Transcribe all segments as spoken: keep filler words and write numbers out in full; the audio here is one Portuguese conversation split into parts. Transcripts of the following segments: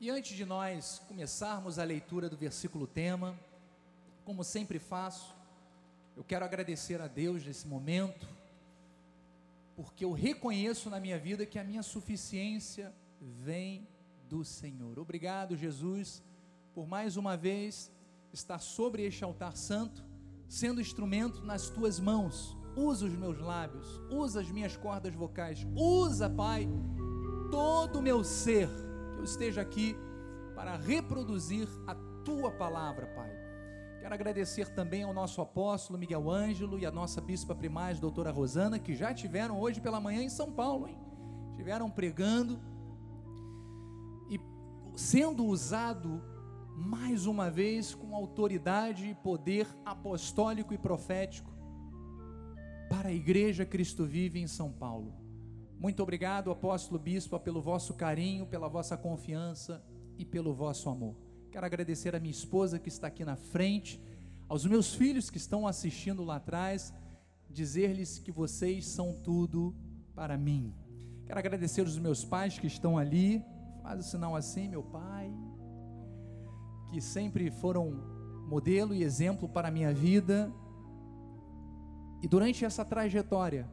E antes de nós começarmos a leitura do versículo tema, como sempre faço, eu quero agradecer a Deus nesse momento, porque eu reconheço na minha vida que a minha suficiência vem do Senhor. Obrigado, Jesus, por mais uma vez estar sobre este altar santo, sendo instrumento nas tuas mãos. Usa os meus lábios, usa as minhas cordas vocais, usa, Pai, todo o meu ser, que eu esteja aqui para reproduzir a tua palavra, Pai. Quero agradecer também ao nosso apóstolo Miguel Ângelo e a nossa bispa primaz, doutora Rosana, que já estiveram hoje pela manhã em São Paulo, hein? Estiveram pregando e sendo usado mais uma vez com autoridade e poder apostólico e profético para a Igreja Cristo Vive em São Paulo. Muito obrigado, apóstolo bispo, pelo vosso carinho, pela vossa confiança e pelo vosso amor. Quero agradecer a minha esposa que está aqui na frente, aos meus filhos que estão assistindo lá atrás, dizer-lhes que vocês são tudo para mim. Quero agradecer os meus pais que estão ali, faz o sinal assim, meu pai, que sempre foram modelo e exemplo para a minha vida. E durante essa trajetória,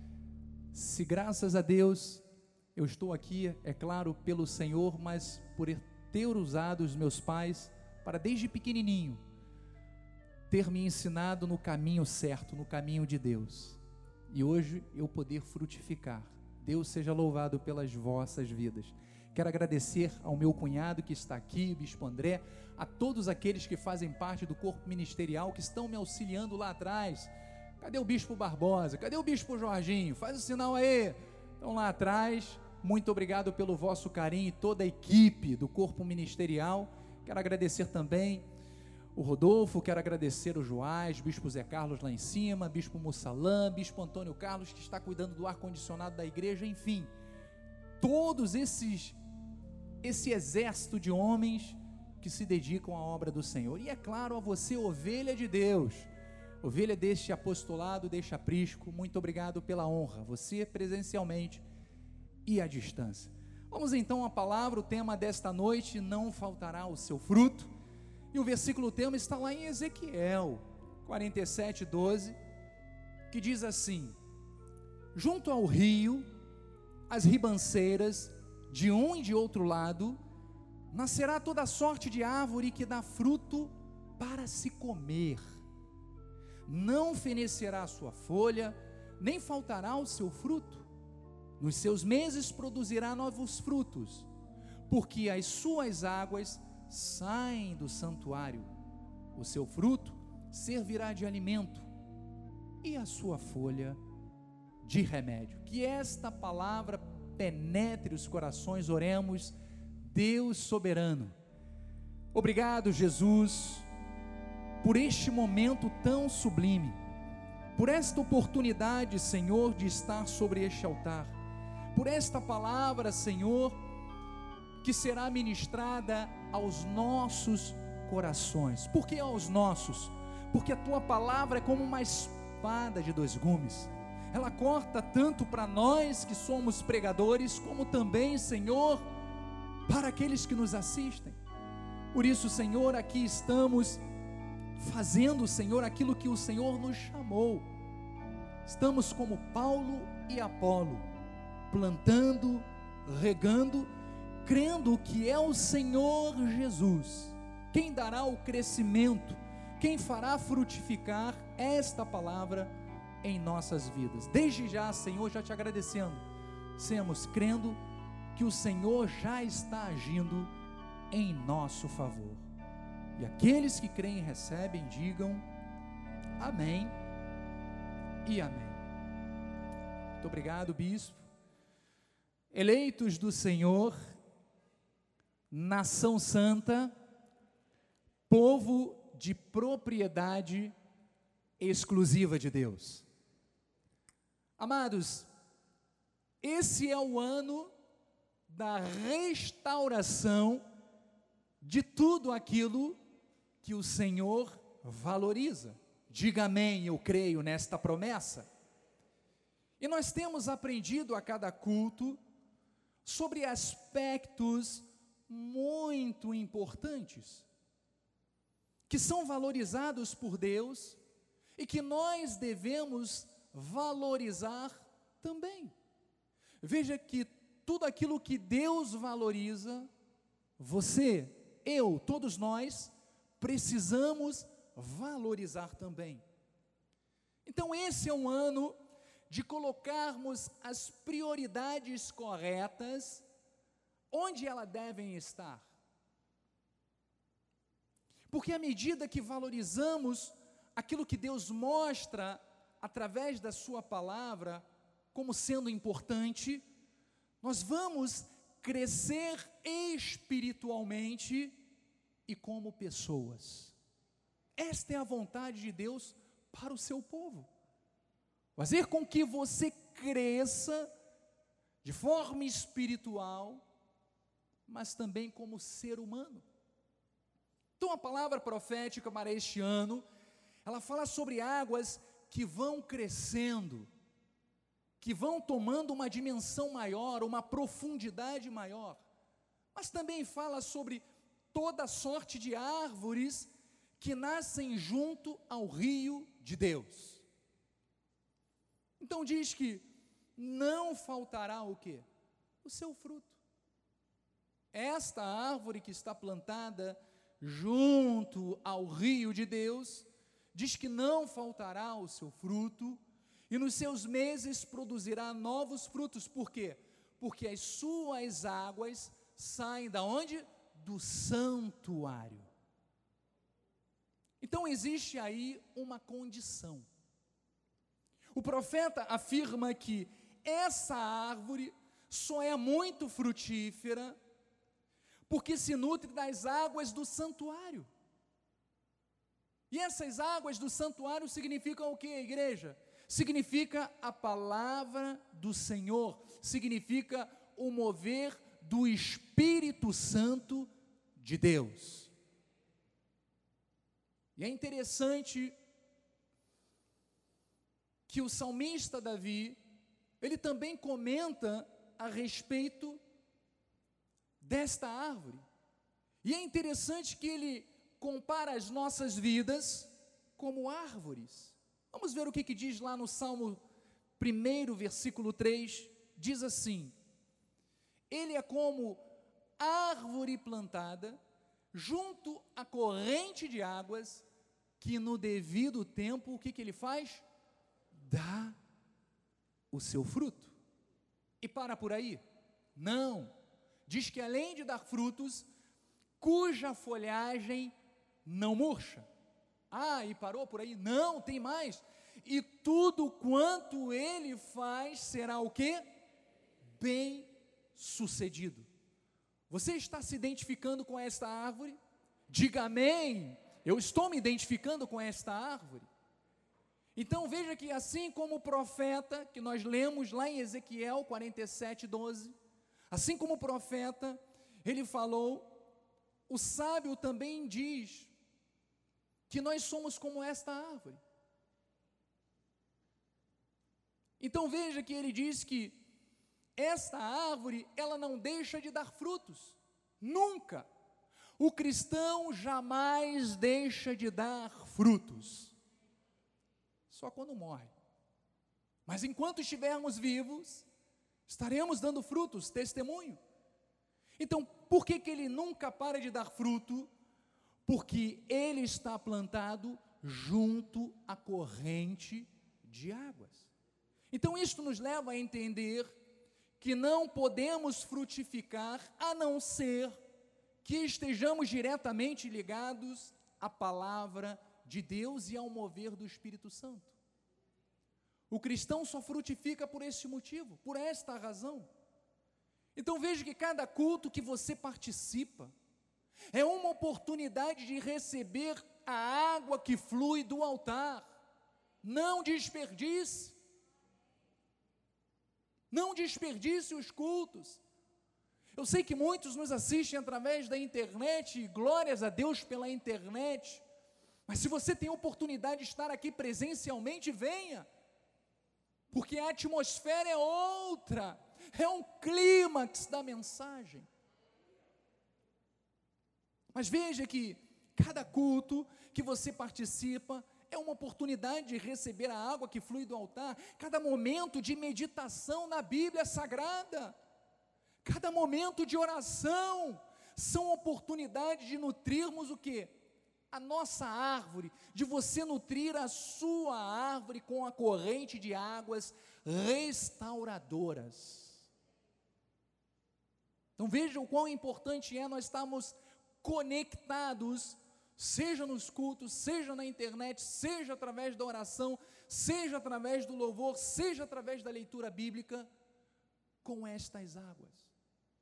se graças a Deus eu estou aqui, é claro, pelo Senhor, mas por ter usado os meus pais para desde pequenininho ter me ensinado no caminho certo, no caminho de Deus, e hoje eu poder frutificar. Deus seja louvado pelas vossas vidas. Quero agradecer ao meu cunhado que está aqui, o bispo André, a todos aqueles que fazem parte do corpo ministerial, que estão me auxiliando lá atrás. Cadê o bispo Barbosa? Cadê o bispo Jorginho? Faz o sinal aí. Estão lá atrás. Muito obrigado pelo vosso carinho e toda a equipe do corpo ministerial. Quero agradecer também o Rodolfo, quero agradecer o Joás, bispo Zé Carlos lá em cima, bispo Mussalã, bispo Antônio Carlos, que está cuidando do ar-condicionado da igreja, enfim, todos esses, esse exército de homens que se dedicam à obra do Senhor. E é claro, a você, ovelha de Deus, ovelha deste apostolado, deste aprisco, muito obrigado pela honra, você presencialmente e à distância. Vamos então à palavra. O tema desta noite: não faltará o seu fruto, e o versículo tema está lá em Ezequiel quarenta e sete, doze, que diz assim: junto ao rio, as ribanceiras, de um e de outro lado, nascerá toda sorte de árvore que dá fruto para se comer, não fenecerá a sua folha, nem faltará o seu fruto. Nos seus meses produzirá novos frutos, porque as suas águas saem do santuário. O seu fruto servirá de alimento, e a sua folha de remédio. Que esta palavra penetre os corações. Oremos. Deus soberano, obrigado, Jesus, por este momento tão sublime, por esta oportunidade, Senhor, de estar sobre este altar, por esta palavra, Senhor, que será ministrada aos nossos corações. Por que aos nossos? Porque a tua palavra é como uma espada de dois gumes. Ela corta tanto para nós que somos pregadores, como também, Senhor, para aqueles que nos assistem. Por isso, Senhor, aqui estamos fazendo, Senhor, aquilo que o Senhor nos chamou. Estamos como Paulo e Apolo, plantando, regando, crendo que é o Senhor Jesus quem dará o crescimento, quem fará frutificar esta palavra em nossas vidas. Desde já, Senhor, já te agradecendo, semos crendo que o Senhor já está agindo em nosso favor. E aqueles que creem e recebem, digam amém e amém. Muito obrigado, bispo. Eleitos do Senhor, nação santa, povo de propriedade exclusiva de Deus. Amados, esse é o ano da restauração de tudo aquilo que o Senhor valoriza. Diga amém, eu creio nesta promessa. E nós temos aprendido a cada culto sobre aspectos muito importantes, que são valorizados por Deus e que nós devemos valorizar também. Veja que tudo aquilo que Deus valoriza, você, eu, todos nós, precisamos valorizar também. Então esse é um ano de colocarmos as prioridades corretas onde elas devem estar. Porque à medida que valorizamos aquilo que Deus mostra através da sua palavra como sendo importante, nós vamos crescer espiritualmente e como pessoas. Esta é a vontade de Deus para o seu povo. Fazer com que você cresça de forma espiritual, mas também como ser humano. Então a palavra profética para este ano, ela fala sobre águas que vão crescendo, que vão tomando uma dimensão maior, uma profundidade maior, mas também fala sobre toda sorte de árvores que nascem junto ao rio de Deus. Então diz que não faltará o quê? O seu fruto. Esta árvore que está plantada junto ao rio de Deus, diz que não faltará o seu fruto, e nos seus meses produzirá novos frutos. Por quê? Porque as suas águas saem da onde? Do santuário. Então existe aí uma condição. O profeta afirma que essa árvore só é muito frutífera porque se nutre das águas do santuário. E essas águas do santuário significam o que, igreja? Significa a palavra do Senhor, significa o mover do Espírito Santo de Deus. E é interessante que o salmista Davi, ele também comenta a respeito desta árvore. E é interessante que ele compara as nossas vidas como árvores. Vamos ver o que, que diz lá no Salmo um, versículo três, diz assim: ele é como árvore plantada junto à corrente de águas, que no devido tempo, o que, que ele faz? Dá o seu fruto. E para por aí? Não. Diz que além de dar frutos, cuja folhagem não murcha. Ah, e parou por aí? Não, tem mais. E tudo quanto ele faz será o quê? Bem sucedido. Você está se identificando com esta árvore? Diga amém. Eu estou me identificando com esta árvore. Então veja que assim como o profeta, que nós lemos lá em Ezequiel quarenta e sete, doze, assim como o profeta, ele falou, o sábio também diz que nós somos como esta árvore. Então veja que ele diz que esta árvore, ela não deixa de dar frutos, nunca. O cristão jamais deixa de dar frutos, só quando morre. Mas enquanto estivermos vivos, estaremos dando frutos, testemunho. Então, por que que ele nunca para de dar fruto? Porque ele está plantado junto à corrente de águas. Então, isto nos leva a entender que não podemos frutificar a não ser que estejamos diretamente ligados à palavra de Deus e ao mover do Espírito Santo. O cristão só frutifica por este motivo, por esta razão. Então veja que cada culto que você participa é uma oportunidade de receber a água que flui do altar. Não desperdice. Não desperdice os cultos. Eu sei que muitos nos assistem através da internet, e glórias a Deus pela internet, mas se você tem a oportunidade de estar aqui presencialmente, venha, porque a atmosfera é outra, é um clímax da mensagem. Mas veja que cada culto que você participa é uma oportunidade de receber a água que flui do altar, cada momento de meditação na Bíblia Sagrada, cada momento de oração, são oportunidades de nutrirmos o quê? A nossa árvore, de você nutrir a sua árvore com a corrente de águas restauradoras. Então veja o quão importante é nós estarmos conectados, seja nos cultos, seja na internet, seja através da oração, seja através do louvor, seja através da leitura bíblica, com estas águas.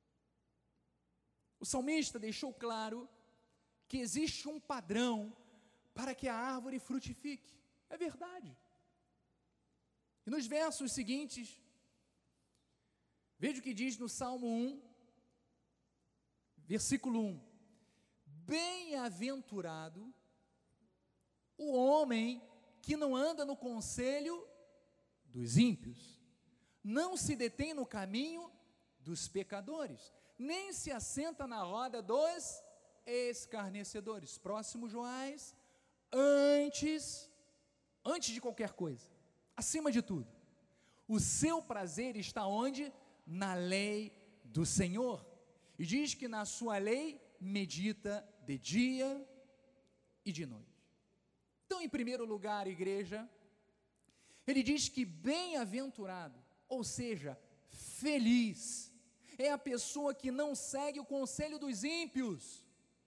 O salmista deixou claro que existe um padrão para que a árvore frutifique. É verdade. E nos versos seguintes, veja o que diz no Salmo um, versículo um: bem-aventurado o homem que não anda no conselho dos ímpios, não se detém no caminho dos pecadores, nem se assenta na roda dos escarnecedores. Próximo, Joás, antes, antes de qualquer coisa, acima de tudo, o seu prazer está onde? Na lei do Senhor, e diz que na sua lei medita de dia e de noite. Então, em primeiro lugar, igreja, ele diz que bem-aventurado, ou seja, feliz, é a pessoa que não segue o conselho dos ímpios.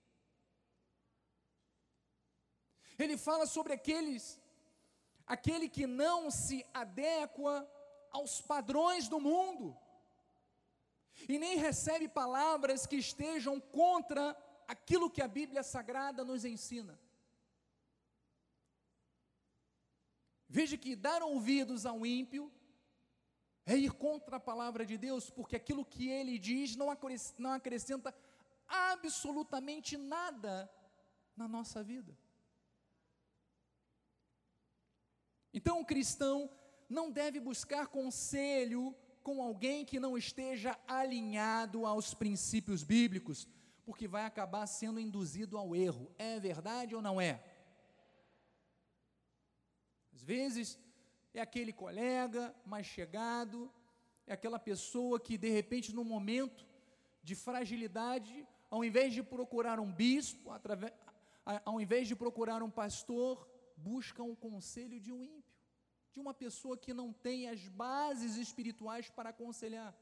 Ele fala sobre aqueles, aquele que não se adequa aos padrões do mundo, e nem recebe palavras que estejam contra aquilo que a Bíblia Sagrada nos ensina. Veja que dar ouvidos ao ímpio é ir contra a palavra de Deus, porque aquilo que ele diz não acrescenta absolutamente nada na nossa vida. Então o cristão não deve buscar conselho com alguém que não esteja alinhado aos princípios bíblicos, porque vai acabar sendo induzido ao erro. É verdade ou não é? Às vezes é aquele colega mais chegado, é aquela pessoa que de repente no momento de fragilidade, ao invés de procurar um bispo, através, ao invés de procurar um pastor, busca um conselho de um ímpio, de uma pessoa que não tem as bases espirituais para aconselhar.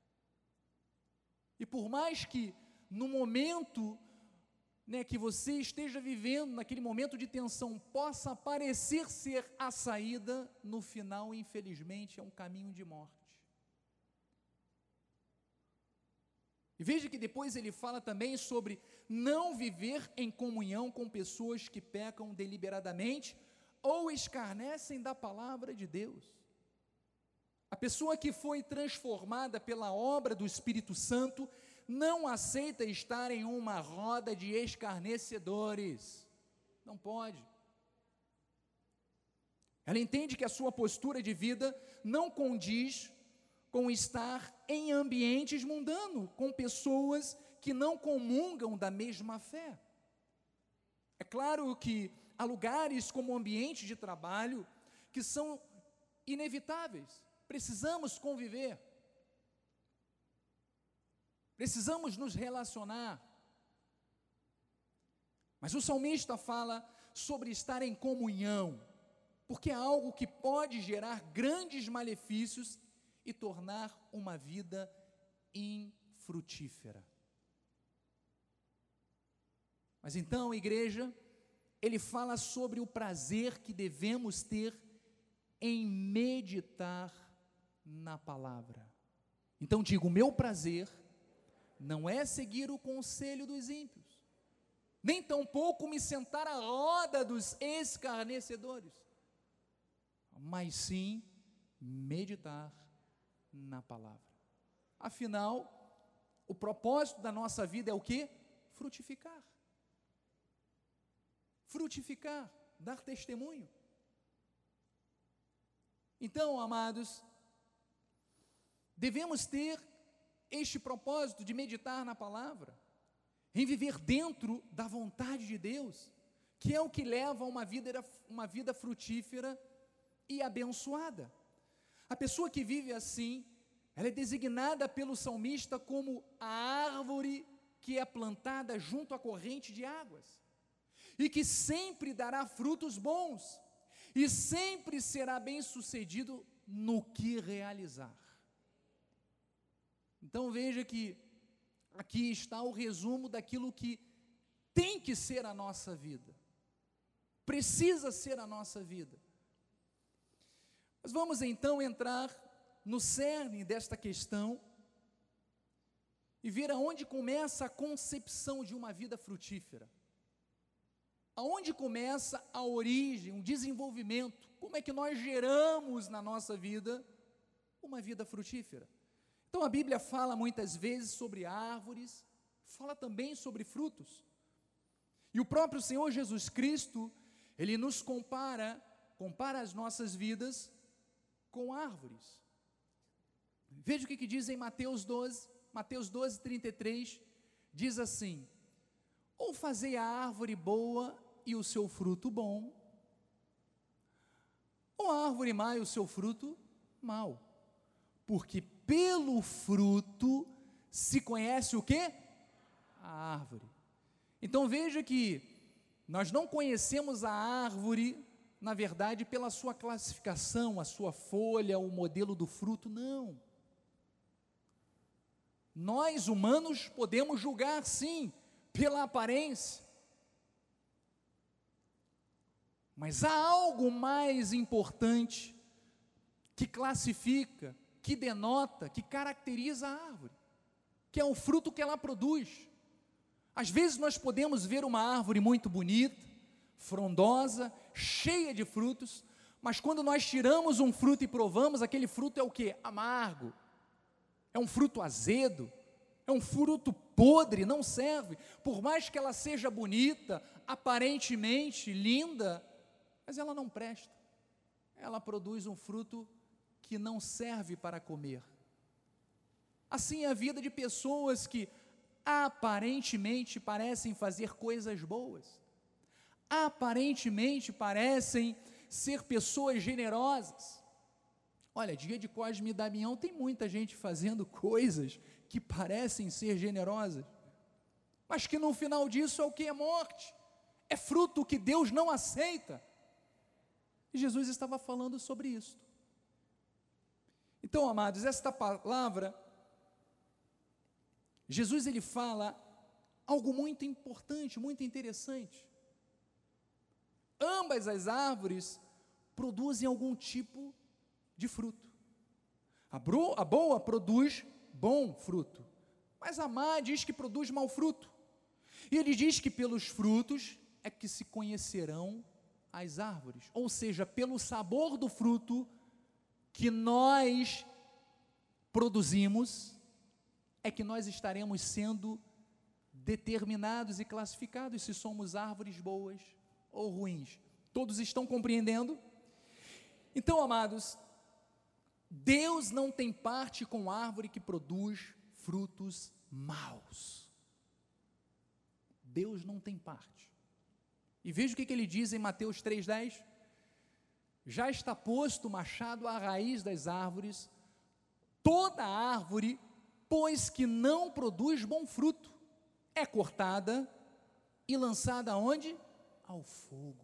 E por mais que no momento, né, que você esteja vivendo, naquele momento de tensão, possa parecer ser a saída, no final, infelizmente, é um caminho de morte. E veja que depois ele fala também sobre não viver em comunhão com pessoas que pecam deliberadamente ou escarnecem da palavra de Deus. A pessoa que foi transformada pela obra do Espírito Santo não aceita estar em uma roda de escarnecedores. Não pode. Ela entende que a sua postura de vida não condiz com estar em ambientes mundanos, com pessoas que não comungam da mesma fé. É claro que há lugares como o ambiente de trabalho que são inevitáveis, precisamos conviver, precisamos nos relacionar, mas o salmista fala sobre estar em comunhão, porque é algo que pode gerar grandes malefícios e tornar uma vida infrutífera. Mas então, igreja, ele fala sobre o prazer que devemos ter em meditar na palavra. Então digo, o meu prazer não é seguir o conselho dos ímpios, nem tampouco me sentar à roda dos escarnecedores, mas sim meditar na palavra. Afinal, o propósito da nossa vida é o quê? Frutificar. Frutificar, dar testemunho. Então, amados, devemos ter este propósito de meditar na palavra, em viver dentro da vontade de Deus, que é o que leva a uma vida, uma vida frutífera e abençoada. A pessoa que vive assim, ela é designada pelo salmista como a árvore que é plantada junto à corrente de águas, e que sempre dará frutos bons, e sempre será bem-sucedido no que realizar. Então veja que aqui está o resumo daquilo que tem que ser a nossa vida, precisa ser a nossa vida. Mas vamos então entrar no cerne desta questão e ver aonde começa a concepção de uma vida frutífera. Aonde começa a origem, o desenvolvimento, como é que nós geramos na nossa vida uma vida frutífera. Então a Bíblia fala muitas vezes sobre árvores, fala também sobre frutos. E o próprio Senhor Jesus Cristo, Ele nos compara, compara as nossas vidas com árvores. Veja o que, que diz em Mateus doze, Mateus doze, trinta e três, diz assim: ou fazei a árvore boa e o seu fruto bom, ou a árvore má e o seu fruto mau, porque pelo fruto se conhece o quê? A árvore. Então veja que nós não conhecemos a árvore, na verdade, pela sua classificação, a sua folha, o modelo do fruto, não. Nós, humanos, podemos julgar, sim, pela aparência, mas há algo mais importante que classifica, que denota, que caracteriza a árvore, que é o fruto que ela produz. Às vezes nós podemos ver uma árvore muito bonita, frondosa, cheia de frutos, mas quando nós tiramos um fruto e provamos, aquele fruto é o quê? Amargo, é um fruto azedo, é um fruto podre, não serve. Por mais que ela seja bonita, aparentemente linda, mas ela não presta, ela produz um fruto que não serve para comer. Assim é a vida de pessoas que aparentemente parecem fazer coisas boas, aparentemente parecem ser pessoas generosas. Olha, dia de Cosme e Damião tem muita gente fazendo coisas que parecem ser generosas, mas que no final disso é o que? É morte, é fruto que Deus não aceita. E Jesus estava falando sobre isso. Então, amados, esta palavra, Jesus ele fala algo muito importante, muito interessante. Ambas as árvores produzem algum tipo de fruto. A, bro, a boa produz bom fruto, mas a má diz que produz mau fruto. E ele diz que pelos frutos é que se conhecerão as árvores, ou seja, pelo sabor do fruto que nós produzimos, é que nós estaremos sendo determinados e classificados se somos árvores boas ou ruins. Todos estão compreendendo? Então, amados, Deus não tem parte com árvore que produz frutos maus. Deus não tem parte. E veja o que, que ele diz em Mateus três, dez. Já está posto o machado à raiz das árvores, toda árvore, pois que não produz bom fruto, é cortada e lançada aonde? Ao fogo.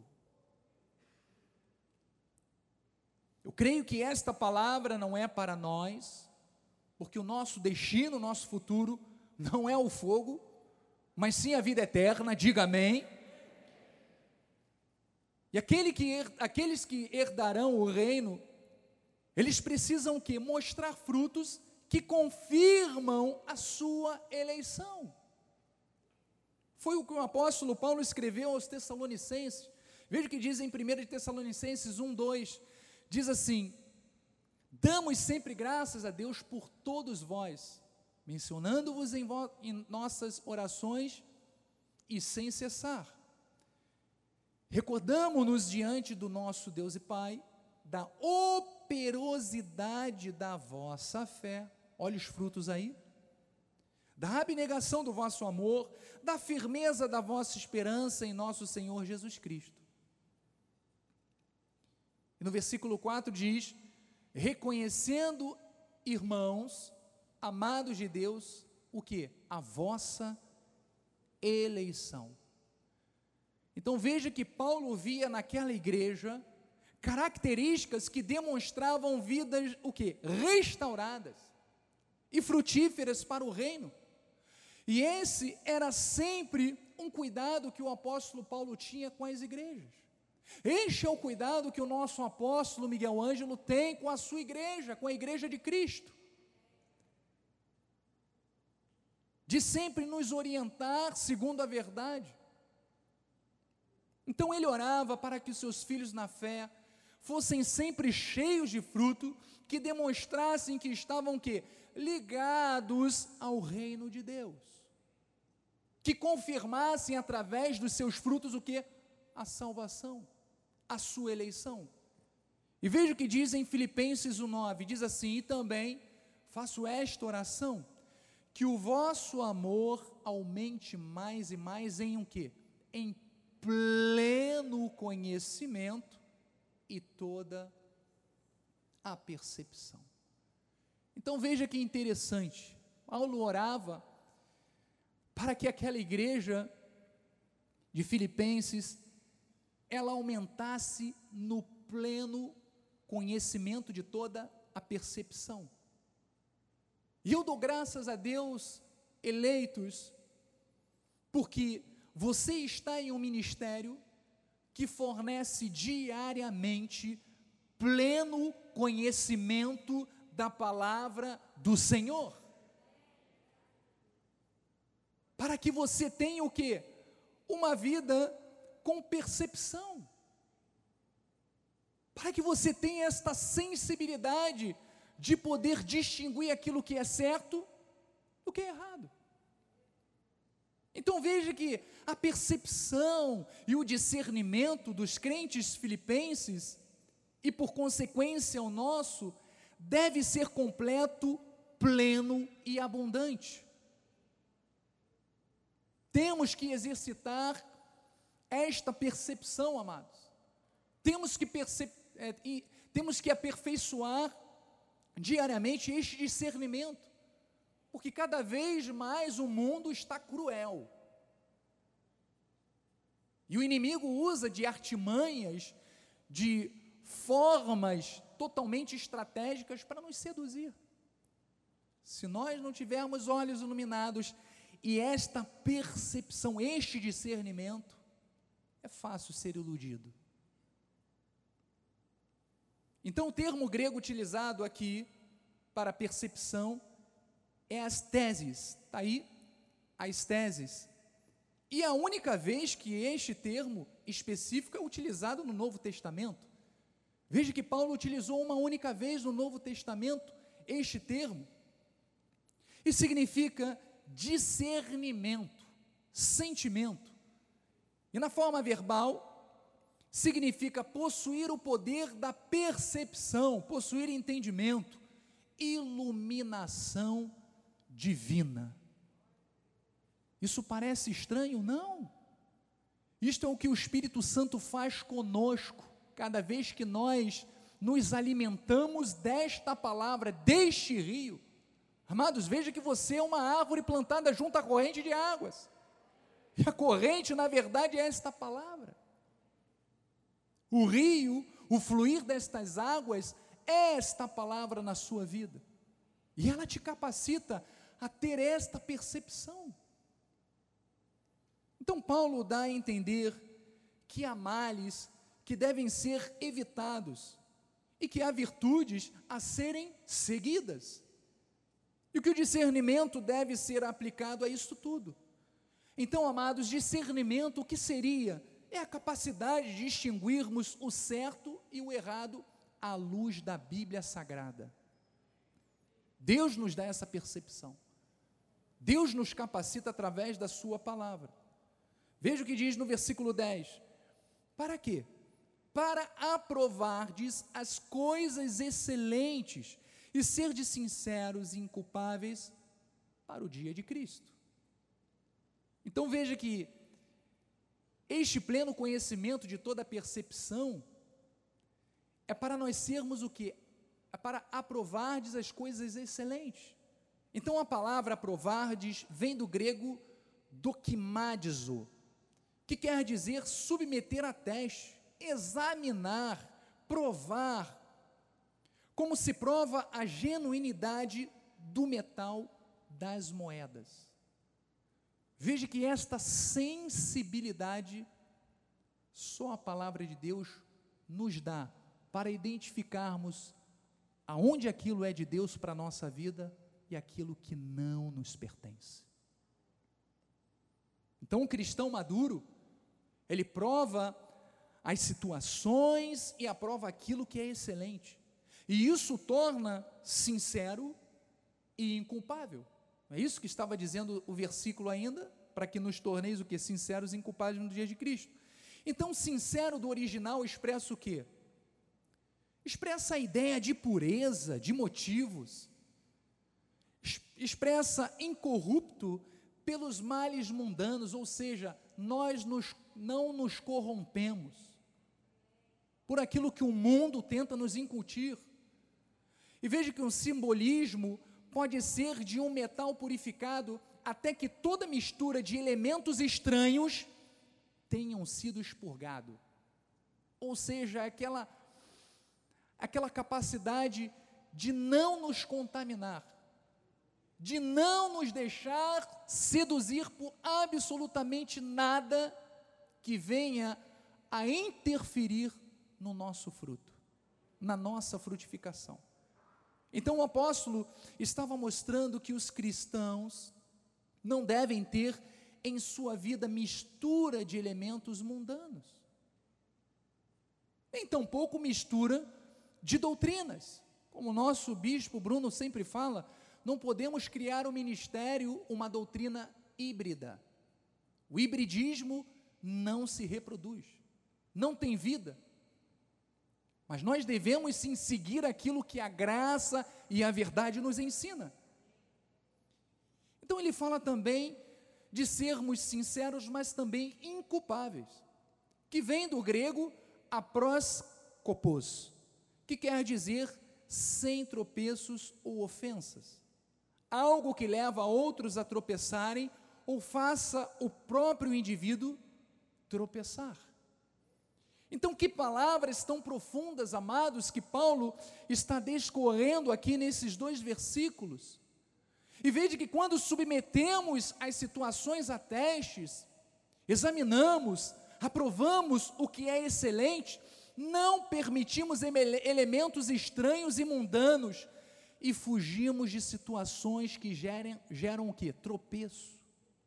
Eu creio que esta palavra não é para nós, porque o nosso destino, o nosso futuro, não é o fogo, mas sim a vida eterna, diga amém. E aquele que, aqueles que herdarão o reino, eles precisam o quê? Mostrar frutos que confirmam a sua eleição. Foi o que o apóstolo Paulo escreveu aos Tessalonicenses. Veja o que diz em primeira Tessalonicenses um, dois, diz assim: damos sempre graças a Deus por todos vós, mencionando-vos em, vo- em nossas orações e sem cessar. Recordamo-nos diante do nosso Deus e Pai, da operosidade da vossa fé, olha os frutos aí, da abnegação do vosso amor, da firmeza da vossa esperança em nosso Senhor Jesus Cristo. E no versículo quatro diz: reconhecendo, irmãos, amados de Deus, o que? A vossa eleição. Então veja que Paulo via naquela igreja características que demonstravam vidas, o que? Restauradas e frutíferas para o reino. E esse era sempre um cuidado que o apóstolo Paulo tinha com as igrejas. Este é o cuidado que o nosso apóstolo Miguel Ângelo tem com a sua igreja, com a igreja de Cristo. De sempre nos orientar segundo a verdade. Então ele orava para que os seus filhos na fé fossem sempre cheios de fruto, que demonstrassem que estavam que ligados ao reino de Deus, que confirmassem através dos seus frutos o que? A salvação, a sua eleição. E veja o que diz em Filipenses um nove, diz assim: e também faço esta oração, que o vosso amor aumente mais e mais em um quê? Em pleno conhecimento e toda a percepção. Então veja que interessante, Paulo orava para que aquela igreja de Filipenses, ela aumentasse no pleno conhecimento de toda a percepção. E eu dou graças a Deus, eleitos, porque você está em um ministério que fornece diariamente pleno conhecimento da palavra do Senhor. Para que você tenha o quê? Uma vida com percepção. Para que você tenha esta sensibilidade de poder distinguir aquilo que é certo do que é errado. Então veja que a percepção e o discernimento dos crentes filipenses, e por consequência o nosso, deve ser completo, pleno e abundante. Temos que exercitar esta percepção, amados. Temos que, perce- é, e, temos que aperfeiçoar diariamente este discernimento, porque cada vez mais o mundo está cruel. E o inimigo usa de artimanhas, de formas totalmente estratégicas para nos seduzir. Se nós não tivermos olhos iluminados e esta percepção, este discernimento, é fácil ser iludido. Então o termo grego utilizado aqui para percepção é as teses, está aí, as teses. E a única vez que este termo específico é utilizado no Novo Testamento. Veja que Paulo utilizou uma única vez no Novo Testamento este termo, e significa discernimento, sentimento. E na forma verbal, significa possuir o poder da percepção, possuir entendimento, iluminação divina. Isso parece estranho? Não. Isto é o que o Espírito Santo faz conosco, cada vez que nós nos alimentamos desta palavra, deste rio. Amados, veja que você é uma árvore plantada junto à corrente de águas, e a corrente, na verdade, é esta palavra. O rio, o fluir destas águas, é esta palavra na sua vida, e ela te capacita a ter esta percepção. Então Paulo dá a entender que há males que devem ser evitados, e que há virtudes a serem seguidas, e que o discernimento deve ser aplicado a isso tudo. Então, amados, discernimento, o que seria? É a capacidade de distinguirmos o certo e o errado à luz da Bíblia Sagrada. Deus nos dá essa percepção. Deus nos capacita através da sua palavra. Veja o que diz no versículo dez. Para quê? Para aprovardes as coisas excelentes e serdes sinceros e inculpáveis para o dia de Cristo. Então veja que este pleno conhecimento de toda a percepção é para nós sermos o quê? É para aprovardes as coisas excelentes. Então a palavra aprovardes vem do grego dokimadizo, que quer dizer submeter a teste, examinar, provar, como se prova a genuinidade do metal das moedas. Veja que esta sensibilidade só a palavra de Deus nos dá para identificarmos aonde aquilo é de Deus para a nossa vida e aquilo que não nos pertence. Então o cristão maduro, ele prova as situações e aprova aquilo que é excelente, e isso torna sincero e inculpável. É isso que estava dizendo o versículo ainda, para que nos torneis o que? Sinceros e inculpáveis no dia de Cristo. Então, sincero do original expressa o quê? Expressa a ideia de pureza, de motivos, expressa incorrupto pelos males mundanos, ou seja, nós nos, não nos corrompemos por aquilo que o mundo tenta nos incutir. E veja que um simbolismo pode ser de um metal purificado até que toda mistura de elementos estranhos tenham sido expurgado. Ou seja, aquela, aquela capacidade de não nos contaminar, de não nos deixar seduzir por absolutamente nada que venha a interferir no nosso fruto, na nossa frutificação. Então o apóstolo estava mostrando que os cristãos não devem ter em sua vida mistura de elementos mundanos, nem tampouco mistura de doutrinas. Como o nosso bispo Bruno sempre fala, não podemos criar um ministério, uma doutrina híbrida. O hibridismo não se reproduz, não tem vida. Mas nós devemos sim seguir aquilo que a graça e a verdade nos ensina. Então ele fala também de sermos sinceros, mas também inculpáveis, que vem do grego aproskopos, que quer dizer sem tropeços ou ofensas, algo que leva outros a tropeçarem ou faça o próprio indivíduo tropeçar. Então, que palavras tão profundas, amados, que Paulo está discorrendo aqui nesses dois versículos. E veja que quando submetemos as situações a testes, examinamos, aprovamos o que é excelente, não permitimos elementos estranhos e mundanos e fugimos de situações que gerem, geram o quê? Tropeço.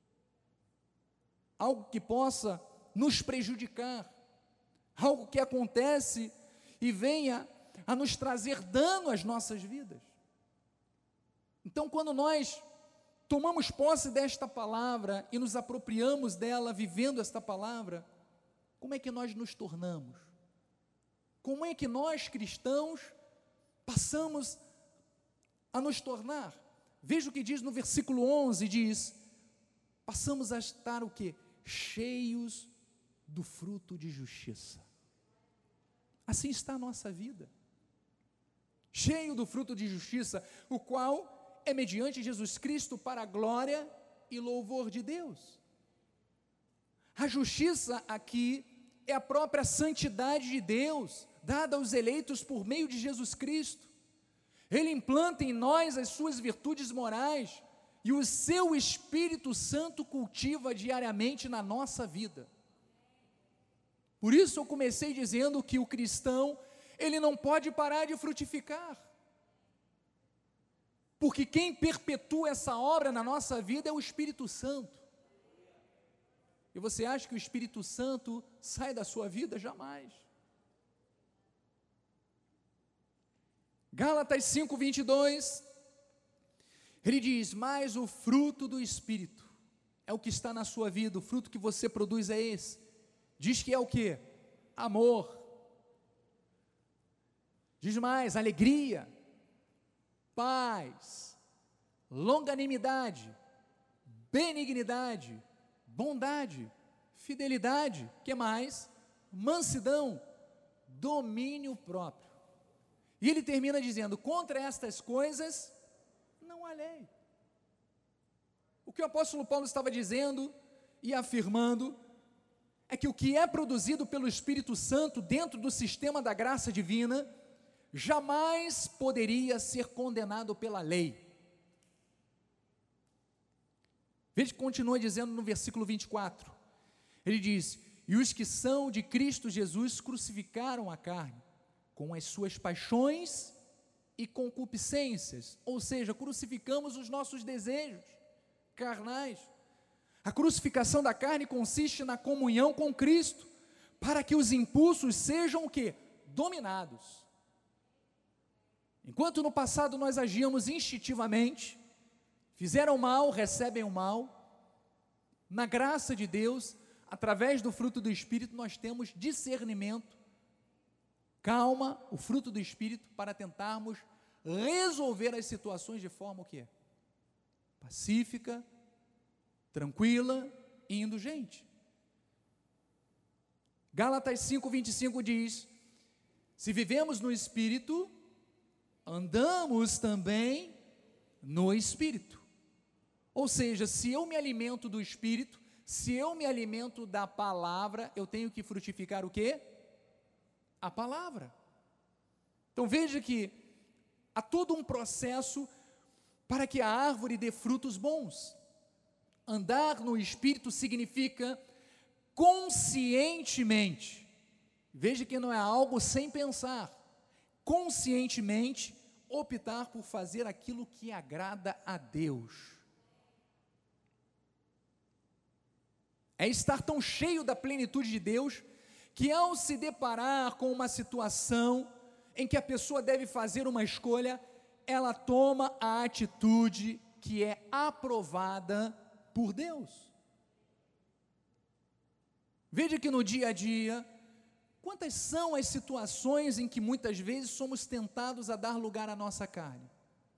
Algo que possa nos prejudicar. Algo que acontece e venha a nos trazer dano às nossas vidas. Então, quando nós tomamos posse desta palavra e nos apropriamos dela, vivendo esta palavra, como é que nós nos tornamos? Como é que nós, cristãos, passamos a nos tornar? Veja o que diz no versículo onze, diz, passamos a estar o quê? Cheios do fruto de justiça. Assim está a nossa vida, cheio do fruto de justiça, o qual é mediante Jesus Cristo para a glória e louvor de Deus. A justiça aqui é a própria santidade de Deus, dada aos eleitos por meio de Jesus Cristo. Ele implanta em nós as suas virtudes morais e o seu Espírito Santo cultiva diariamente na nossa vida. Por isso eu comecei dizendo que o cristão, ele não pode parar de frutificar, porque quem perpetua essa obra na nossa vida é o Espírito Santo. E você acha que o Espírito Santo sai da sua vida? Jamais. Gálatas cinco, vinte e dois, ele diz, mas o fruto do Espírito é o que está na sua vida, o fruto que você produz é esse. Diz que é o quê? Amor. Diz mais, alegria, paz, longanimidade, benignidade, bondade, fidelidade, que mais? Mansidão, domínio próprio. E ele termina dizendo: contra estas coisas não há lei. O que o apóstolo Paulo estava dizendo e afirmando é que o que é produzido pelo Espírito Santo dentro do sistema da graça divina jamais poderia ser condenado pela lei. Veja que continua dizendo no versículo vinte e quatro, ele diz: e os que são de Cristo Jesus crucificaram a carne, com as suas paixões e concupiscências, ou seja, crucificamos os nossos desejos carnais. A crucificação da carne consiste na comunhão com Cristo, para que os impulsos sejam o quê? Dominados. Enquanto no passado nós agíamos instintivamente, fizeram mal, recebem o mal, na graça de Deus, através do fruto do Espírito, nós temos discernimento, calma, o fruto do Espírito, para tentarmos resolver as situações de forma o quê? Pacífica, tranquila e indulgente. Gálatas cinco, vinte e cinco diz: se vivemos no Espírito, andamos também no Espírito. Ou seja, se eu me alimento do Espírito, se eu me alimento da palavra, eu tenho que frutificar o quê? A palavra. Então veja que há todo um processo para que a árvore dê frutos bons. Andar no Espírito significa conscientemente, veja que não é algo sem pensar, conscientemente optar por fazer aquilo que agrada a Deus. É estar tão cheio da plenitude de Deus, que ao se deparar com uma situação em que a pessoa deve fazer uma escolha, ela toma a atitude que é aprovada por Deus. Veja que no dia a dia, quantas são as situações em que muitas vezes somos tentados a dar lugar à nossa carne?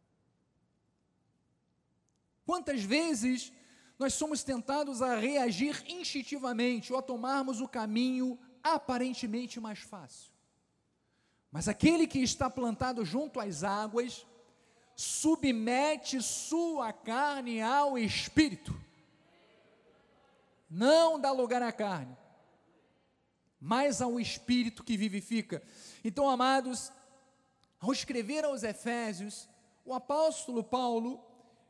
Quantas vezes nós somos tentados a reagir instintivamente ou a tomarmos o caminho aparentemente mais fácil? Mas aquele que está plantado junto às águas, submete sua carne ao Espírito, não dá lugar à carne, mas ao Espírito que vivifica. Então, amados, ao escrever aos Efésios, o apóstolo Paulo,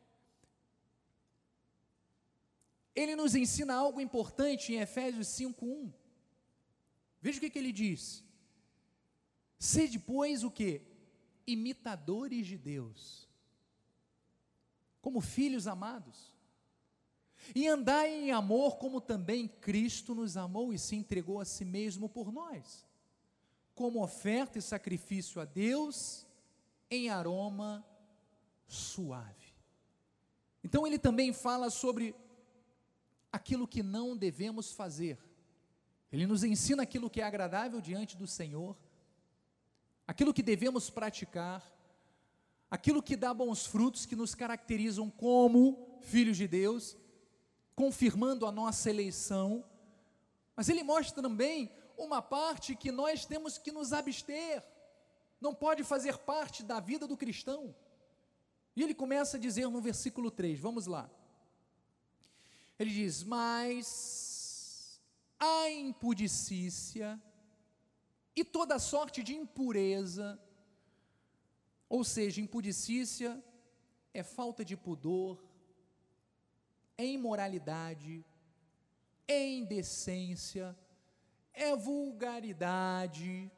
ele nos ensina algo importante em Efésios cinco, um. Veja o que, que ele diz: sede, pois, o quê? Imitadores de Deus, como filhos amados, e andai em amor, como também Cristo nos amou e se entregou a si mesmo por nós, como oferta e sacrifício a Deus, em aroma suave. Então ele também fala sobre aquilo que não devemos fazer. Ele nos ensina aquilo que é agradável diante do Senhor, aquilo que devemos praticar, aquilo que dá bons frutos, que nos caracterizam como filhos de Deus, confirmando a nossa eleição. Mas ele mostra também uma parte que nós temos que nos abster, não pode fazer parte da vida do cristão. E ele começa a dizer no versículo três, vamos lá. Ele diz: mas a impudicícia e toda sorte de impureza, ou seja, impudicícia é falta de pudor, é imoralidade, é indecência, é vulgaridade,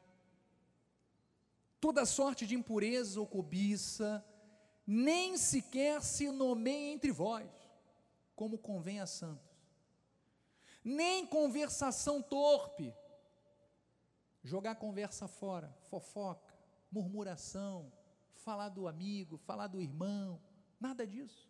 toda sorte de impureza ou cobiça, nem sequer se nomeia entre vós, como convém a santos, nem conversação torpe, jogar a conversa fora, fofoca, murmuração, falar do amigo, falar do irmão, nada disso.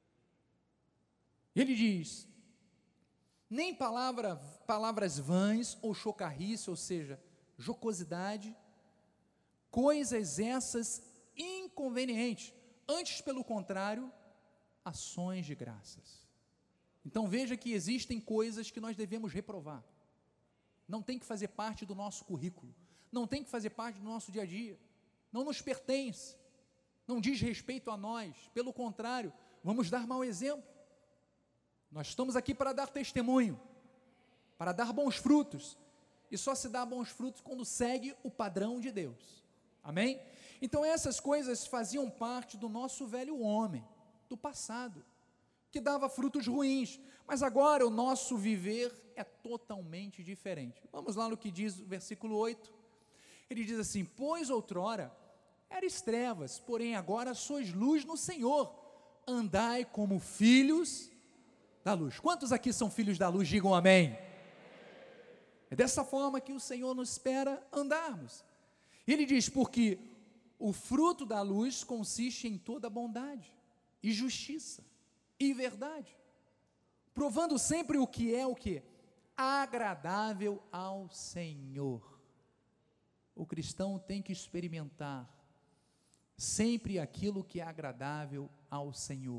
Ele diz, nem palavra, palavras vãs ou chocarrice, ou seja, jocosidade, coisas essas inconvenientes, antes pelo contrário, ações de graças. Então veja que existem coisas que nós devemos reprovar. Não tem que fazer parte do nosso currículo, não tem que fazer parte do nosso dia a dia, não nos pertence, não diz respeito a nós, pelo contrário, vamos dar mau exemplo. Nós estamos aqui para dar testemunho, para dar bons frutos, e só se dá bons frutos quando segue o padrão de Deus, amém? Então essas coisas faziam parte do nosso velho homem, do passado, que dava frutos ruins, mas agora o nosso viver é totalmente diferente. Vamos lá no que diz o versículo oito, ele diz assim: pois outrora eres trevas, porém agora sois luz no Senhor, andai como filhos da luz. Quantos aqui são filhos da luz? Digam amém. É dessa forma que o Senhor nos espera andarmos. Ele diz: porque o fruto da luz consiste em toda bondade e justiça e verdade, provando sempre o que é o que? Agradável ao Senhor. O cristão tem que experimentar sempre aquilo que é agradável ao Senhor.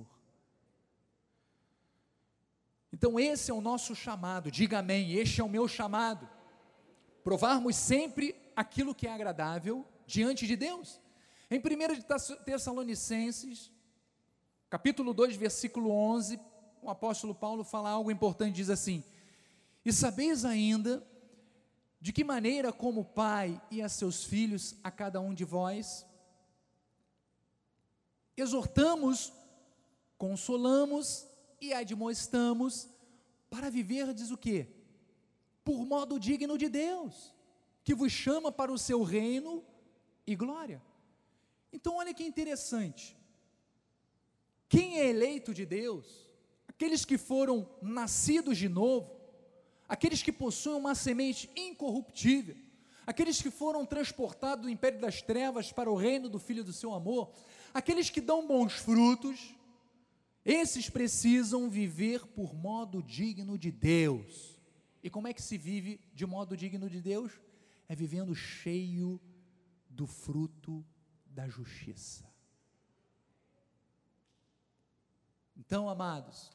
Então esse é o nosso chamado, diga amém, este é o meu chamado, provarmos sempre aquilo que é agradável diante de Deus. Em primeira de Tessalonicenses, capítulo dois, versículo onze, o apóstolo Paulo fala algo importante, diz assim: e sabeis ainda de que maneira como o Pai e a seus filhos, a cada um de vós, exortamos, consolamos e admoestamos para viverdes o quê? Por modo digno de Deus, que vos chama para o seu reino e glória. Então olha que interessante, quem é eleito de Deus, aqueles que foram nascidos de novo, aqueles que possuem uma semente incorruptível, aqueles que foram transportados do império das trevas para o reino do Filho do seu amor, aqueles que dão bons frutos, esses precisam viver por modo digno de Deus. E como é que se vive de modo digno de Deus? É vivendo cheio do fruto da justiça. Então, amados,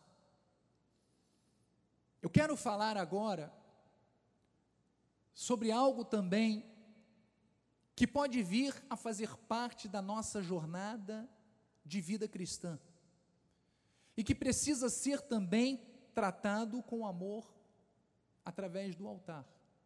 eu quero falar agora sobre algo também que pode vir a fazer parte da nossa jornada de vida cristã e que precisa ser também tratado com amor através do altar.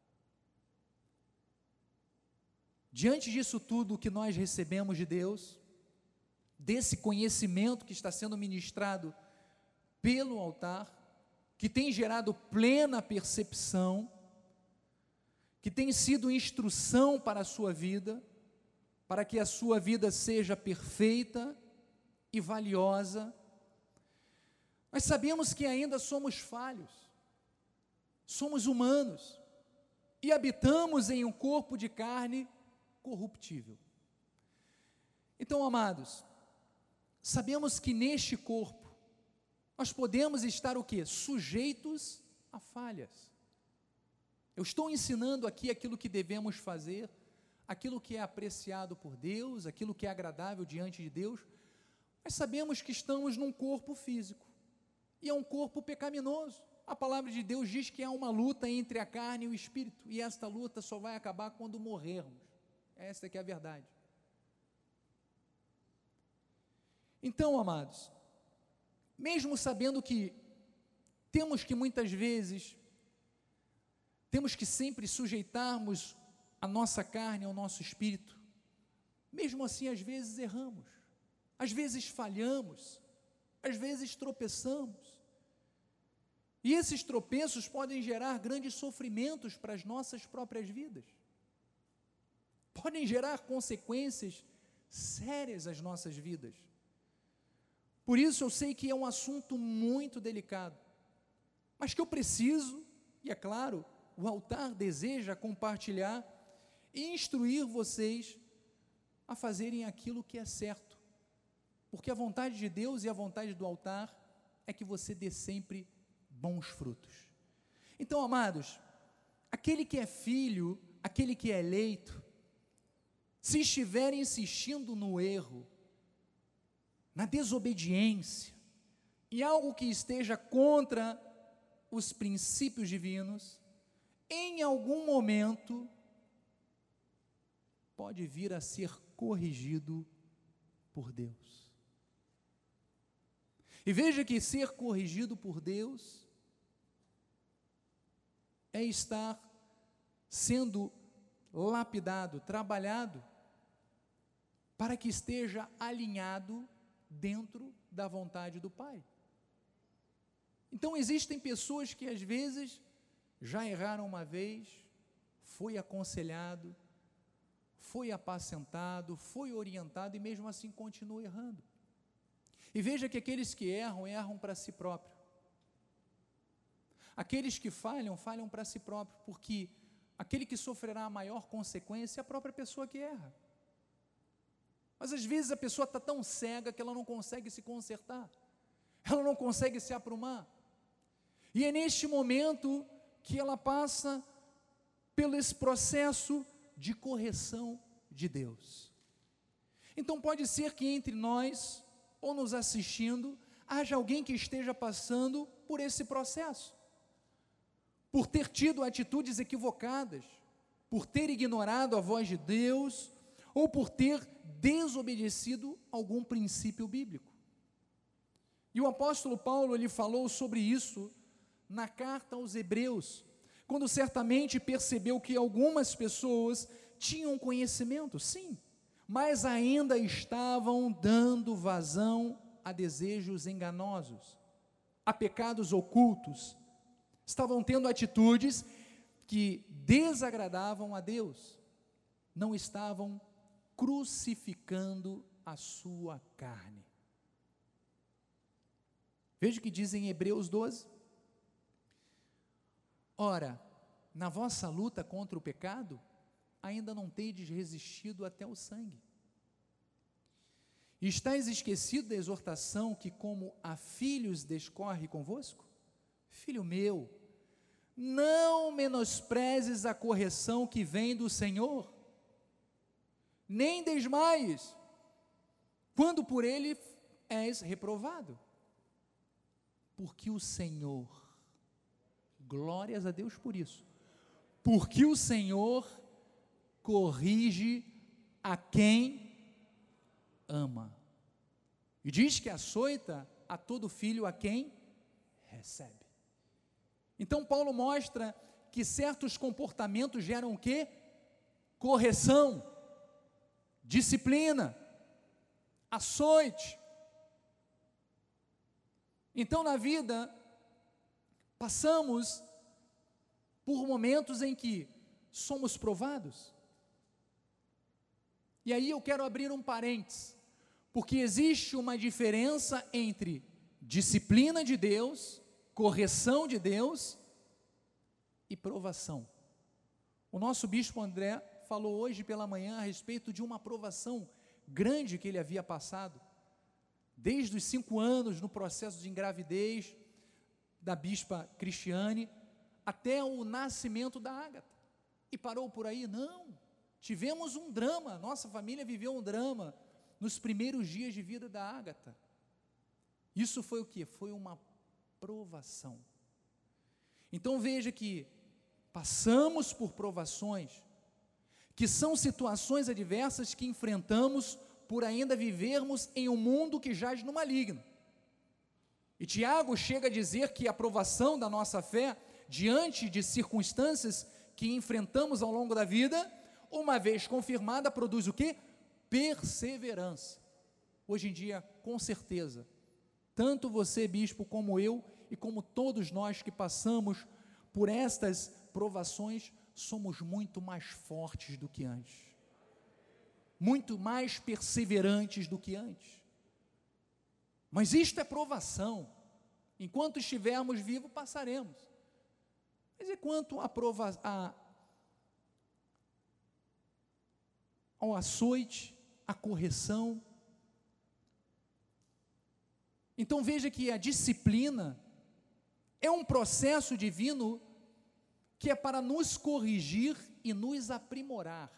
Diante disso tudo que nós recebemos de Deus, desse conhecimento que está sendo ministrado pelo altar, que tem gerado plena percepção, que tem sido instrução para a sua vida, para que a sua vida seja perfeita e valiosa, nós sabemos que ainda somos falhos, somos humanos, e habitamos em um corpo de carne corruptível. Então, amados, sabemos que neste corpo, nós podemos estar o quê? Sujeitos a falhas. Eu estou ensinando aqui aquilo que devemos fazer, aquilo que é apreciado por Deus, aquilo que é agradável diante de Deus, mas sabemos que estamos num corpo físico, e é um corpo pecaminoso. A palavra de Deus diz que há uma luta entre a carne e o espírito, e esta luta só vai acabar quando morrermos. Esta que é a verdade. Então, amados, mesmo sabendo que temos que muitas vezes, temos que sempre sujeitarmos a nossa carne ao nosso espírito, mesmo assim às vezes erramos, às vezes falhamos, às vezes tropeçamos, e esses tropeços podem gerar grandes sofrimentos para as nossas próprias vidas, podem gerar consequências sérias às nossas vidas. Por isso eu sei que é um assunto muito delicado, mas que eu preciso, e é claro, o altar deseja compartilhar e instruir vocês a fazerem aquilo que é certo, porque a vontade de Deus e a vontade do altar é que você dê sempre bons frutos. Então, amados, aquele que é filho, aquele que é eleito, se estiver insistindo no erro, na desobediência, e algo que esteja contra os princípios divinos, em algum momento, pode vir a ser corrigido por Deus. E veja que ser corrigido por Deus é estar sendo lapidado, trabalhado, para que esteja alinhado dentro da vontade do Pai. Então existem pessoas que às vezes já erraram uma vez, foi aconselhado, foi apacentado, foi orientado e mesmo assim continua errando. E veja que aqueles que erram, erram para si próprio. Aqueles que falham, falham para si próprio, porque aquele que sofrerá a maior consequência é a própria pessoa que erra. Mas às vezes a pessoa está tão cega que ela não consegue se consertar, ela não consegue se aprumar, e é neste momento que ela passa pelo esse processo de correção de Deus. Então pode ser que entre nós, ou nos assistindo, haja alguém que esteja passando por esse processo, por ter tido atitudes equivocadas, por ter ignorado a voz de Deus, ou por ter desobedecido algum princípio bíblico. E o apóstolo Paulo, ele falou sobre isso na carta aos Hebreus, quando certamente percebeu que algumas pessoas tinham conhecimento, sim, mas ainda estavam dando vazão a desejos enganosos, a pecados ocultos, estavam tendo atitudes que desagradavam a Deus, não estavam crucificando a sua carne. Veja o que diz em Hebreus doze. Ora, na vossa luta contra o pecado, ainda não tendes resistido até o sangue. E estáis esquecido da exortação que como a filhos descorre convosco? Filho meu, não menosprezes a correção que vem do Senhor, nem desmaies, quando por ele és reprovado, porque o Senhor, glórias a Deus por isso, porque o Senhor corrige a quem ama, e diz que açoita a todo filho a quem recebe. Então Paulo mostra que certos comportamentos geram o quê? Correção, disciplina, açoite. Então na vida, passamos por momentos em que somos provados. E aí eu quero abrir um parênteses, porque existe uma diferença entre disciplina de Deus, correção de Deus e provação. O nosso bispo André falou hoje pela manhã a respeito de uma provação grande que ele havia passado, desde os cinco anos no processo de engravidez da bispa Cristiane, até o nascimento da Ágata, e parou por aí? Não, tivemos um drama, nossa família viveu um drama, nos primeiros dias de vida da Ágata. Isso foi o que? Foi uma provação. Então veja que passamos por provações, que são situações adversas que enfrentamos por ainda vivermos em um mundo que jaz no maligno. E Tiago chega a dizer que a provação da nossa fé, diante de circunstâncias que enfrentamos ao longo da vida, uma vez confirmada, produz o quê? Perseverança. Hoje em dia, com certeza, tanto você, bispo, como eu, e como todos nós que passamos por estas provações, somos muito mais fortes do que antes, muito mais perseverantes do que antes. Mas isto é provação. Enquanto estivermos vivos, passaremos. Mas e quanto a prova, a, ao açoite, à correção? Então veja que a disciplina é um processo divino que é para nos corrigir e nos aprimorar.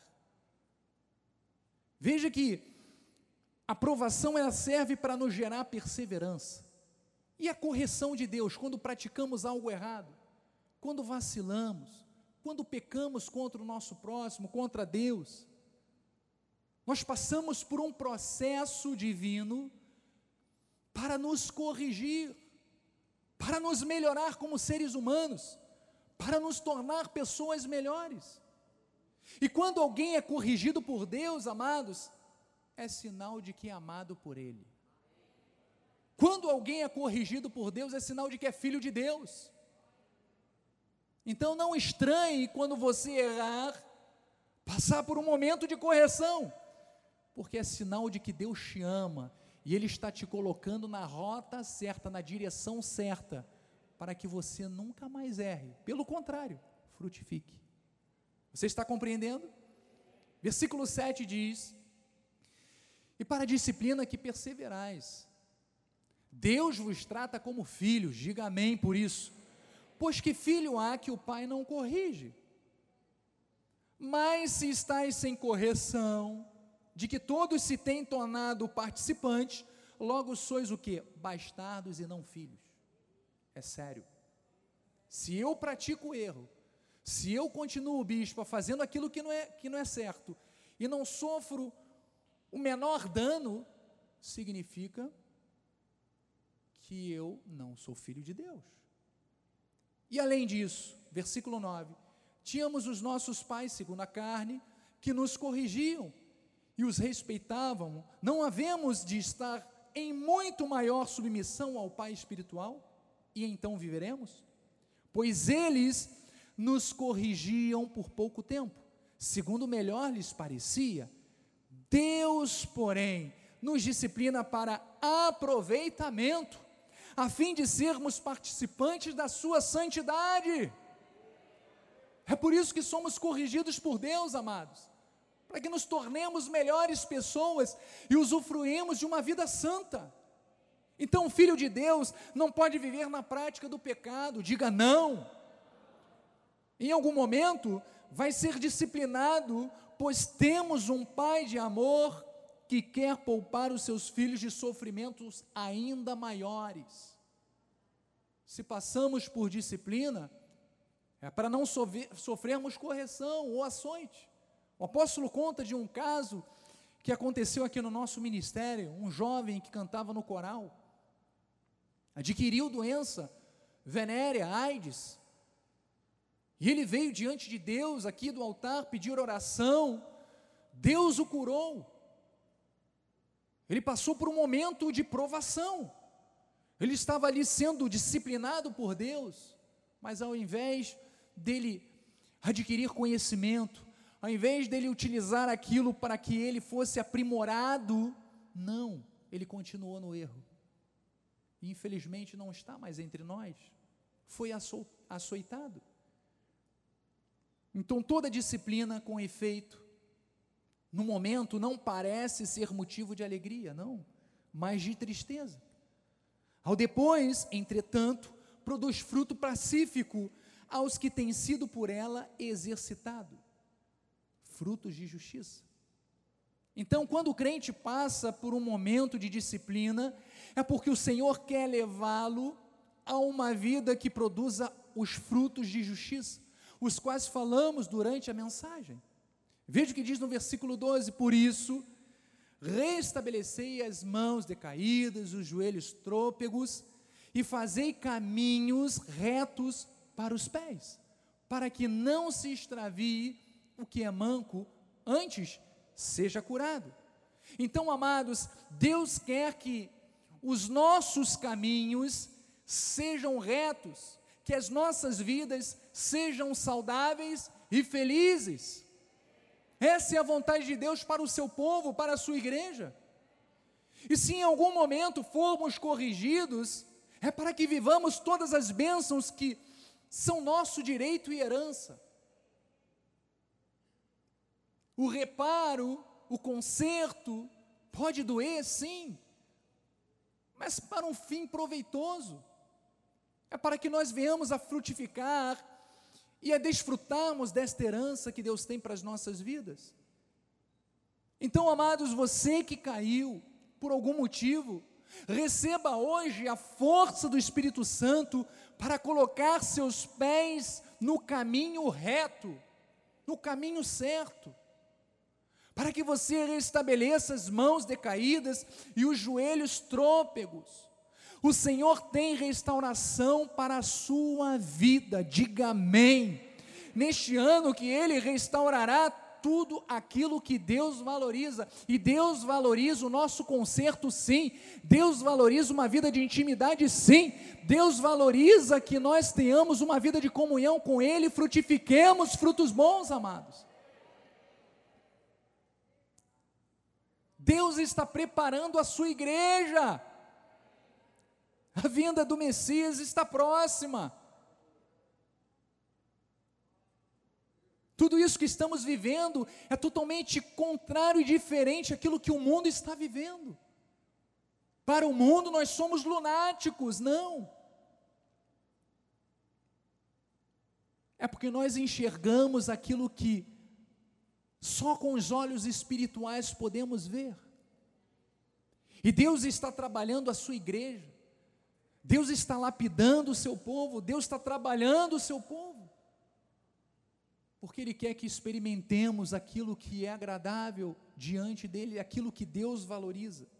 Veja que a provação ela serve para nos gerar perseverança. E a correção de Deus, quando praticamos algo errado, quando vacilamos, quando pecamos contra o nosso próximo, contra Deus, nós passamos por um processo divino para nos corrigir, para nos melhorar como seres humanos, para nos tornar pessoas melhores. E quando alguém é corrigido por Deus, amados, é sinal de que é amado por Ele. Quando alguém é corrigido por Deus, é sinal de que é filho de Deus. Então não estranhe quando você errar, passar por um momento de correção, porque é sinal de que Deus te ama, e Ele está te colocando na rota certa, na direção certa, para que você nunca mais erre, pelo contrário, frutifique. Você está compreendendo? Versículo sete diz: e para a disciplina que perseverais, Deus vos trata como filhos, diga amém por isso, pois que filho há que o pai não corrige? Mas se estáis sem correção, de que todos se têm tornado participantes, logo sois o quê? Bastardos e não filhos. É sério. Se eu pratico o erro, se eu continuo, bispo, fazendo aquilo que não é, que não é certo, e não sofro o menor dano, significa que eu não sou filho de Deus. E além disso, versículo nove, tínhamos os nossos pais, segundo a carne, que nos corrigiam e os respeitavam, não havemos de estar em muito maior submissão ao Pai espiritual, e então viveremos? Pois eles nos corrigiam por pouco tempo, segundo melhor lhes parecia. Deus, porém, nos disciplina para aproveitamento, a fim de sermos participantes da sua santidade. É por isso que somos corrigidos por Deus, amados, para que nos tornemos melhores pessoas e usufruímos de uma vida santa. Então o filho de Deus não pode viver na prática do pecado, diga não. Em algum momento vai ser disciplinado, pois temos um Pai de amor que quer poupar os seus filhos de sofrimentos ainda maiores. Se passamos por disciplina, é para não sofrer, sofrermos correção ou açoite. O apóstolo conta de um caso que aconteceu aqui no nosso ministério. Um jovem que cantava no coral adquiriu doença venérea, AIDS, e ele veio diante de Deus aqui do altar pedir oração. Deus o curou. Ele passou por um momento de provação, ele estava ali sendo disciplinado por Deus, mas ao invés dele adquirir conhecimento, ao invés dele utilizar aquilo para que ele fosse aprimorado, não, ele continuou no erro, e infelizmente não está mais entre nós, foi aço, açoitado. Então toda disciplina com efeito, no momento não parece ser motivo de alegria, não, mas de tristeza. Ao depois, entretanto, produz fruto pacífico aos que têm sido por ela exercitado, frutos de justiça. Então, quando o crente passa por um momento de disciplina, é porque o Senhor quer levá-lo a uma vida que produza os frutos de justiça, os quais falamos durante a mensagem. Veja o que diz no versículo doze: por isso, restabelecei as mãos decaídas, os joelhos trôpegos, e fazei caminhos retos para os pés, para que não se extravie o que é manco, antes seja curado. Então, amados, Deus quer que os nossos caminhos sejam retos, que as nossas vidas sejam saudáveis e felizes. Essa é a vontade de Deus para o seu povo, para a sua igreja. E se em algum momento formos corrigidos, é para que vivamos todas as bênçãos que são nosso direito e herança. O reparo, o conserto, pode doer, sim, mas para um fim proveitoso. É para que nós venhamos a frutificar e a desfrutarmos desta herança que Deus tem para as nossas vidas. Então, amados, você que caiu por algum motivo, Receba hoje a força do Espírito Santo para colocar seus pés no caminho reto, no caminho certo, para que você restabeleça as mãos decaídas e os joelhos trôpegos. O Senhor tem restauração para a sua vida, diga amém. Neste ano que Ele restaurará tudo aquilo que Deus valoriza, e Deus valoriza o nosso conserto sim, Deus valoriza uma vida de intimidade sim, Deus valoriza que nós tenhamos uma vida de comunhão com Ele, frutifiquemos frutos bons, amados. Deus está preparando a sua igreja, a vinda do Messias está próxima. Tudo isso que estamos vivendo é totalmente contrário e diferente daquilo que o mundo está vivendo. Para o mundo nós somos lunáticos, não. É porque nós enxergamos aquilo que só com os olhos espirituais podemos ver. E Deus está trabalhando a sua igreja. Deus está lapidando o seu povo, Deus está trabalhando o seu povo. Porque Ele quer que experimentemos aquilo que é agradável diante dEle, aquilo que Deus valoriza.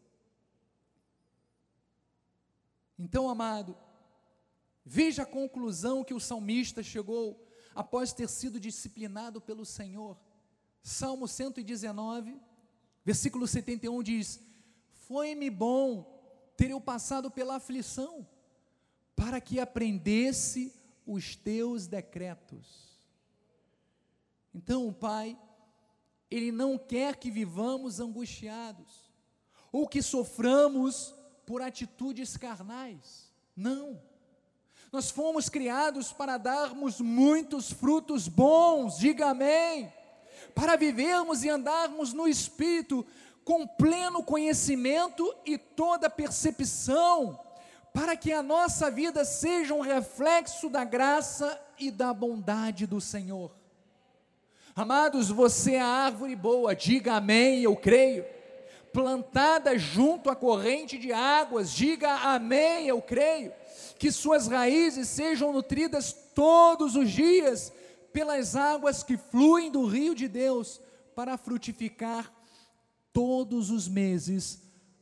Então, amado, veja a conclusão que o salmista chegou após ter sido disciplinado pelo Senhor. Salmo cento e dezenove, versículo setenta e um diz: foi-me bom ter eu passado pela aflição, para que aprendesse os teus decretos. Então o Pai, Ele não quer que vivamos angustiados, ou que soframos por atitudes carnais, não. Nós fomos criados para darmos muitos frutos bons, diga amém, para vivermos e andarmos no Espírito, com pleno conhecimento e toda percepção, para que a nossa vida seja um reflexo da graça e da bondade do Senhor. Amados, você é a árvore boa, diga amém, eu creio, plantada junto à corrente de águas, diga amém, eu creio, que suas raízes sejam nutridas todos os dias, pelas águas que fluem do rio de Deus, para frutificar todos os meses,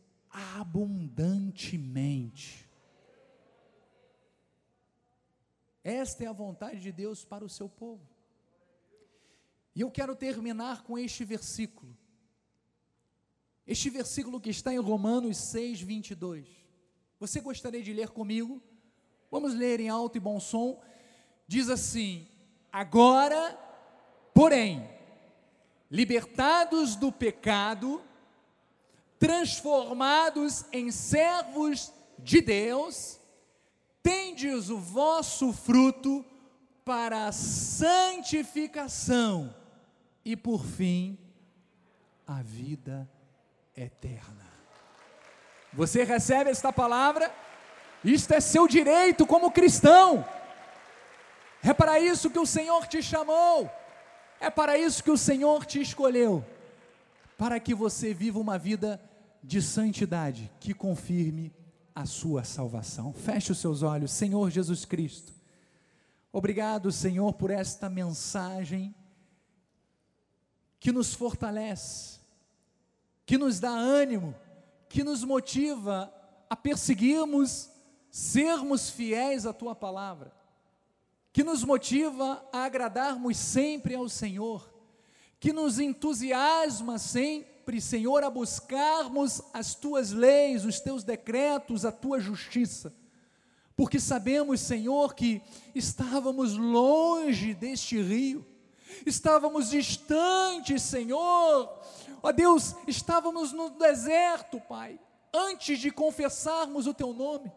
abundantemente. Esta é a vontade de Deus para o seu povo. E eu quero terminar com este versículo, este versículo que está em Romanos seis, vinte e dois, você gostaria de ler comigo? Vamos ler em alto e bom som. Diz assim: agora, porém, libertados do pecado, transformados em servos de Deus, tendes o vosso fruto para a santificação, e por fim, a vida eterna. Você recebe esta palavra? Isto é seu direito como cristão. É para isso que o Senhor te chamou. É para isso que o Senhor te escolheu. Para que você viva uma vida de santidade, que confirme a sua salvação. Feche os seus olhos. Senhor Jesus Cristo, obrigado, Senhor, por esta mensagem que nos fortalece, que nos dá ânimo, que nos motiva a perseguirmos, sermos fiéis à Tua palavra, que nos motiva a agradarmos sempre ao Senhor, que nos entusiasma sempre, Senhor, a buscarmos as Tuas leis, os Teus decretos, a Tua justiça, porque sabemos, Senhor, que estávamos longe deste rio, estávamos distantes, Senhor, ó Deus, estávamos no deserto, Pai, antes de confessarmos o Teu nome,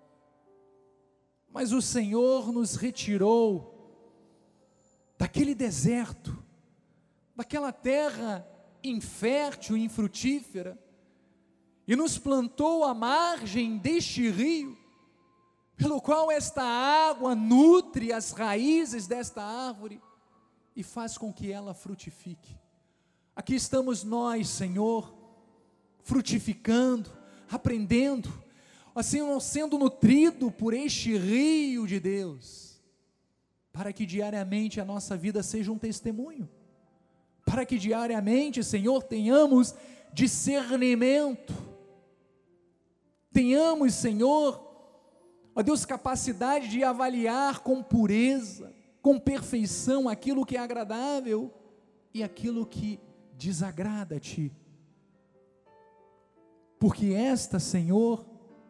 mas o Senhor nos retirou daquele deserto, daquela terra infértil e infrutífera, e nos plantou à margem deste rio, pelo qual esta água nutre as raízes desta árvore, e faz com que ela frutifique. Aqui estamos nós, Senhor, frutificando, aprendendo, Ó Senhor, sendo nutrido por este rio de Deus, para que diariamente a nossa vida seja um testemunho, para que diariamente, Senhor, tenhamos discernimento, tenhamos, Senhor, ó Deus, capacidade de avaliar com pureza, com perfeição aquilo que é agradável e aquilo que desagrada a Ti, porque esta, Senhor,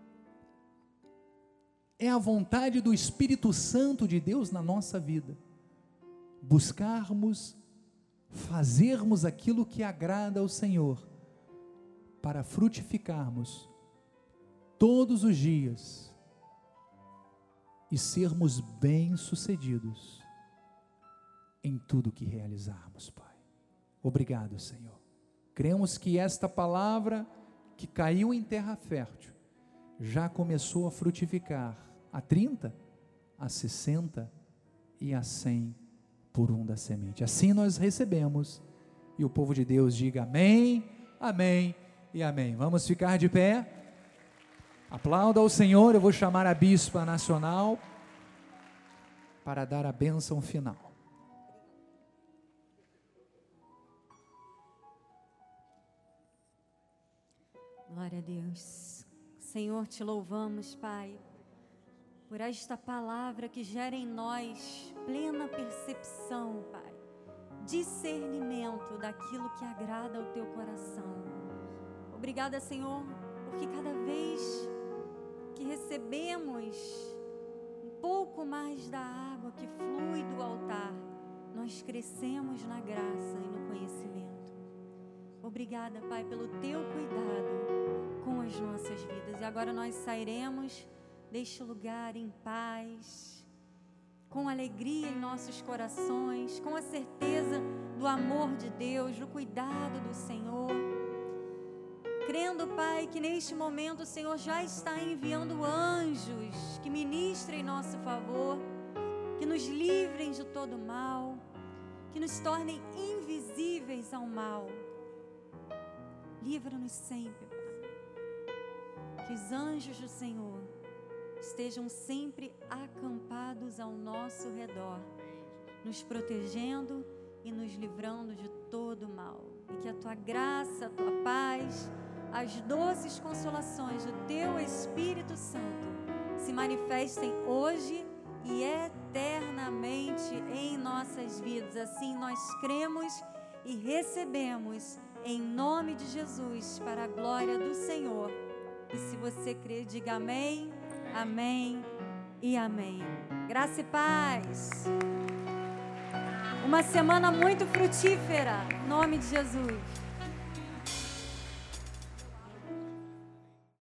é a vontade do Espírito Santo de Deus na nossa vida, buscarmos, fazermos aquilo que agrada ao Senhor, para frutificarmos todos os dias e sermos bem-sucedidos em tudo que realizarmos, Pai. Obrigado, Senhor. Cremos que esta palavra que caiu em terra fértil já começou a frutificar a trinta, a sessenta e a cem por um da semente. Assim nós recebemos, e o povo de Deus diga amém, amém e amém. Vamos ficar de pé, aplauda ao Senhor. Eu vou chamar a bispa nacional para dar a bênção final. Glória a Deus. Senhor, te louvamos, Pai, por esta palavra que gera em nós plena percepção, Pai, discernimento daquilo que agrada ao Teu coração. Obrigada, Senhor, porque cada vez que recebemos um pouco mais da água que flui do altar, nós crescemos na graça e no conhecimento. Obrigada, Pai, pelo Teu cuidado com as nossas vidas. E agora nós sairemos deste lugar em paz, com alegria em nossos corações, com a certeza do amor de Deus, do cuidado do Senhor, crendo, Pai, que neste momento o Senhor já está enviando anjos que ministrem em nosso favor, que nos livrem de todo mal, que nos tornem invisíveis ao mal. Livra-nos sempre, Pai, que os anjos do Senhor estejam sempre acampados ao nosso redor, nos protegendo e nos livrando de todo mal. E que a Tua graça, a Tua paz, as doces consolações do Teu Espírito Santo se manifestem hoje e eternamente em nossas vidas. Assim nós cremos e recebemos em nome de Jesus, para a glória do Senhor. E se você crer, diga amém, amém e amém. Graça e paz. Uma semana muito frutífera, em nome de Jesus.